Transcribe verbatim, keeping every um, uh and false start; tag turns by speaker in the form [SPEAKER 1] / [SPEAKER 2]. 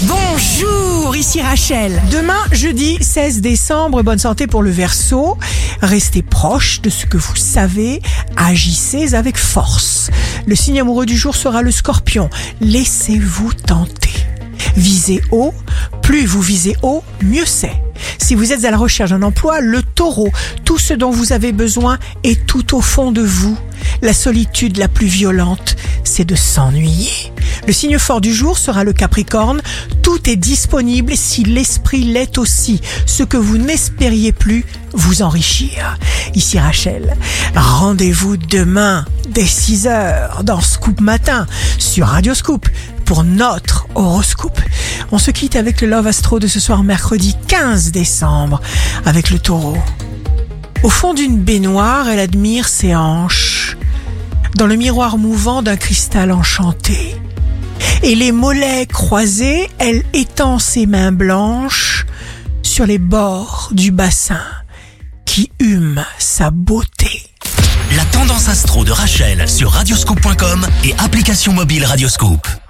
[SPEAKER 1] Bonjour, ici Rachel.
[SPEAKER 2] Demain, jeudi seize décembre, bonne santé pour le Verseau. Restez proche de ce que vous savez, agissez avec force. Le signe amoureux du jour sera le Scorpion. Laissez-vous tenter. Visez haut, plus vous visez haut, mieux c'est. Si vous êtes à la recherche d'un emploi, le Taureau, tout ce dont vous avez besoin est tout au fond de vous. La solitude la plus violente, c'est de s'ennuyer. Le signe fort du jour sera le Capricorne. Tout est disponible si l'esprit l'est aussi. Ce que vous n'espériez plus vous enrichir. Ici Rachel, rendez-vous demain dès six heures dans Scoop Matin sur Radio Scoop pour notre horoscope. On se quitte avec le Love Astro de ce soir mercredi quinze décembre avec le Taureau. Au fond d'une baignoire, elle admire ses hanches dans le miroir mouvant d'un cristal enchanté. Et les mollets croisés, elle étend ses mains blanches sur les bords du bassin qui hume sa beauté.
[SPEAKER 3] La tendance astro de Rachel sur radioscoop point com et application mobile Radioscoop.